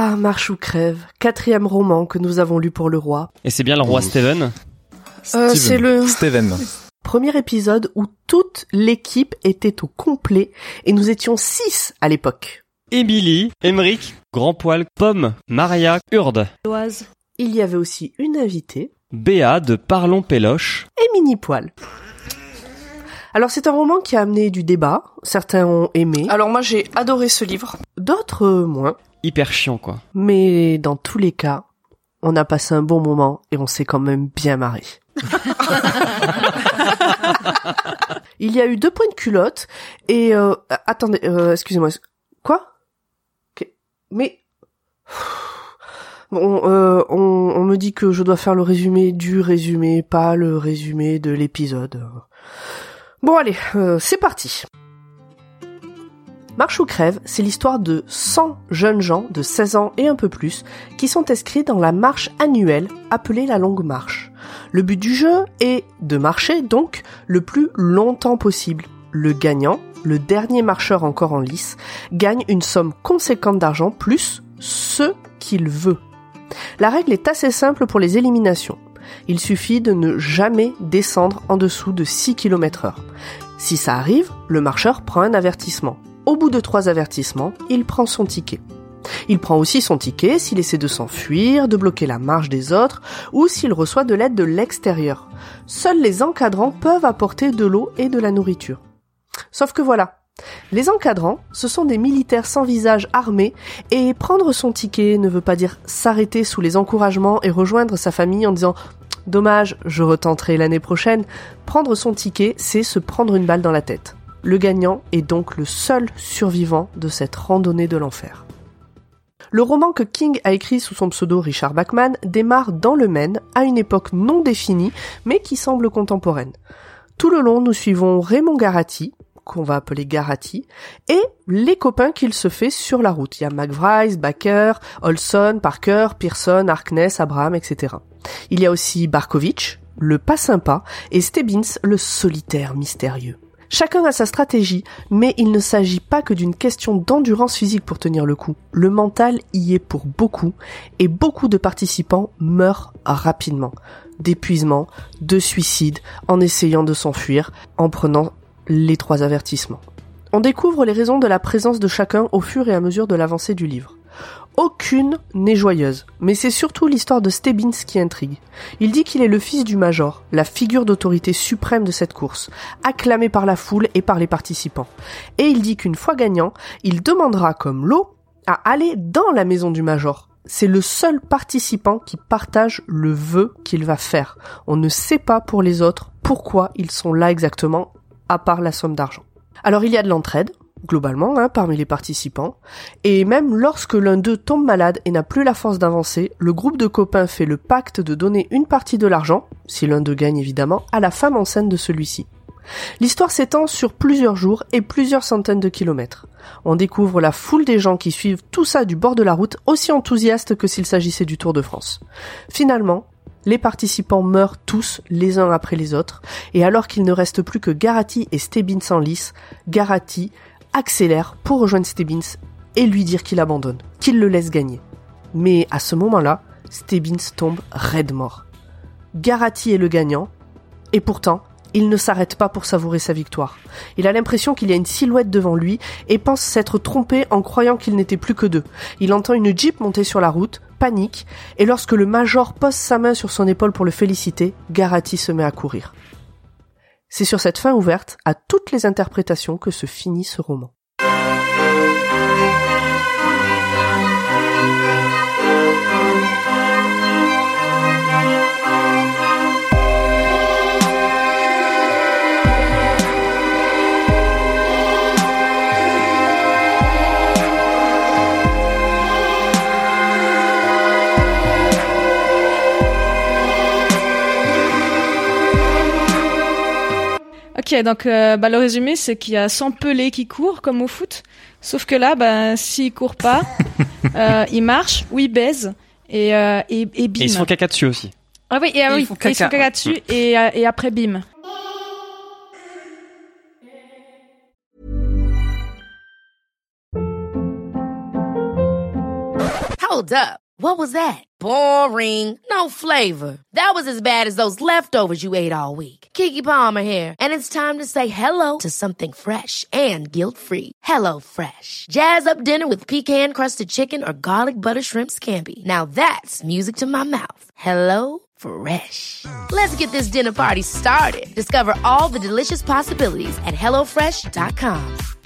Ah, Marche ou crève, 4e roman que nous avons lu pour le roi. Et c'est bien le roi Steven C'est le Steven. premier épisode où toute l'équipe était au complet et nous étions 6 à l'époque. Émilie, Émeric, Grand Poil, Pomme, Maria, Urde. Loise. Il y avait aussi une invitée. Béa de Parlons Péloche. Et Mini Poil. Alors c'est un roman qui a amené du débat. Certains ont aimé. Alors moi j'ai adoré ce livre. D'autres moins. Hyper chiant quoi. Mais dans tous les cas, on a passé un bon moment et on s'est quand même bien marré. Il y a eu 2 points de culotte et attendez, excusez-moi. Quoi? Mais bon, on me dit que je dois faire le résumé du résumé, pas le résumé de l'épisode. Bon allez, c'est parti. Marche ou crève, c'est l'histoire de 100 jeunes gens de 16 ans et un peu plus qui sont inscrits dans la marche annuelle appelée la Longue Marche. Le but du jeu est de marcher donc le plus longtemps possible. Le gagnant, le dernier marcheur encore en lice, gagne une somme conséquente d'argent plus ce qu'il veut. La règle est assez simple pour les éliminations. Il suffit de ne jamais descendre en dessous de 6 km/h. Si ça arrive, le marcheur prend un avertissement. Au bout de 3 avertissements, il prend son ticket. Il prend aussi son ticket s'il essaie de s'enfuir, de bloquer la marche des autres ou s'il reçoit de l'aide de l'extérieur. Seuls les encadrants peuvent apporter de l'eau et de la nourriture. Sauf que voilà, les encadrants, ce sont des militaires sans visage armés et prendre son ticket ne veut pas dire s'arrêter sous les encouragements et rejoindre sa famille en disant « Dommage, je retenterai l'année prochaine ». Prendre son ticket, c'est se prendre une balle dans la tête. Le gagnant est donc le seul survivant de cette randonnée de l'enfer. Le roman que King a écrit sous son pseudo Richard Bachman démarre dans le Maine, à une époque non définie, mais qui semble contemporaine. Tout le long, nous suivons Raymond Garati, qu'on va appeler Garati, et les copains qu'il se fait sur la route. Il y a McVrice, Baker, Olson, Parker, Pearson, Harkness, Abraham, etc. Il y a aussi Barkovitch, le pas sympa, et Stebbins, le solitaire mystérieux. Chacun a sa stratégie, mais il ne s'agit pas que d'une question d'endurance physique pour tenir le coup. Le mental y est pour beaucoup, et beaucoup de participants meurent rapidement. D'épuisement, de suicide, en essayant de s'enfuir, en prenant les 3 avertissements. On découvre les raisons de la présence de chacun au fur et à mesure de l'avancée du livre. Aucune n'est joyeuse, mais c'est surtout l'histoire de Stebbins qui intrigue. Il dit qu'il est le fils du Major, la figure d'autorité suprême de cette course, acclamé par la foule et par les participants. Et il dit qu'une fois gagnant, il demandera comme lot à aller dans la maison du Major. C'est le seul participant qui partage le vœu qu'il va faire. On ne sait pas pour les autres pourquoi ils sont là exactement, à part la somme d'argent. Alors il y a de l'entraide, globalement, parmi les participants, et même lorsque l'un d'eux tombe malade et n'a plus la force d'avancer, le groupe de copains fait le pacte de donner une partie de l'argent, si l'un d'eux gagne évidemment, à la femme enceinte de celui-ci. L'histoire s'étend sur plusieurs jours et plusieurs centaines de kilomètres. On découvre la foule des gens qui suivent tout ça du bord de la route, aussi enthousiastes que s'il s'agissait du Tour de France. Finalement, les participants meurent tous les uns après les autres, et alors qu'il ne reste plus que Garati et Stebbins en lice, Garati accélère pour rejoindre Stebbins et lui dire qu'il abandonne, qu'il le laisse gagner. Mais à ce moment-là, Stebbins tombe raide mort. Garati est le gagnant, et pourtant, il ne s'arrête pas pour savourer sa victoire. Il a l'impression qu'il y a une silhouette devant lui et pense s'être trompé en croyant qu'il n'était plus que 2. Il entend une Jeep monter sur la route, panique, et lorsque le Major pose sa main sur son épaule pour le féliciter, Garati se met à courir. C'est sur cette fin ouverte à toutes les interprétations que se finit ce roman. Ok, donc le résumé, c'est qu'il y a 100 pelés qui courent, comme au foot. Sauf que là, s'ils courent pas, ils marchent ou ils baisent et bim. Et ils se font caca dessus aussi. Ah oui, ils font caca dessus et après bim. Hold up. What was that? Boring. No flavor. That was as bad as those leftovers you ate all week. Keke Palmer here, and it's time to say hello to something fresh and guilt-free. Hello Fresh. Jazz up dinner with pecan-crusted chicken or garlic butter shrimp scampi. Now that's music to my mouth. Hello Fresh. Let's get this dinner party started. Discover all the delicious possibilities at HelloFresh.com.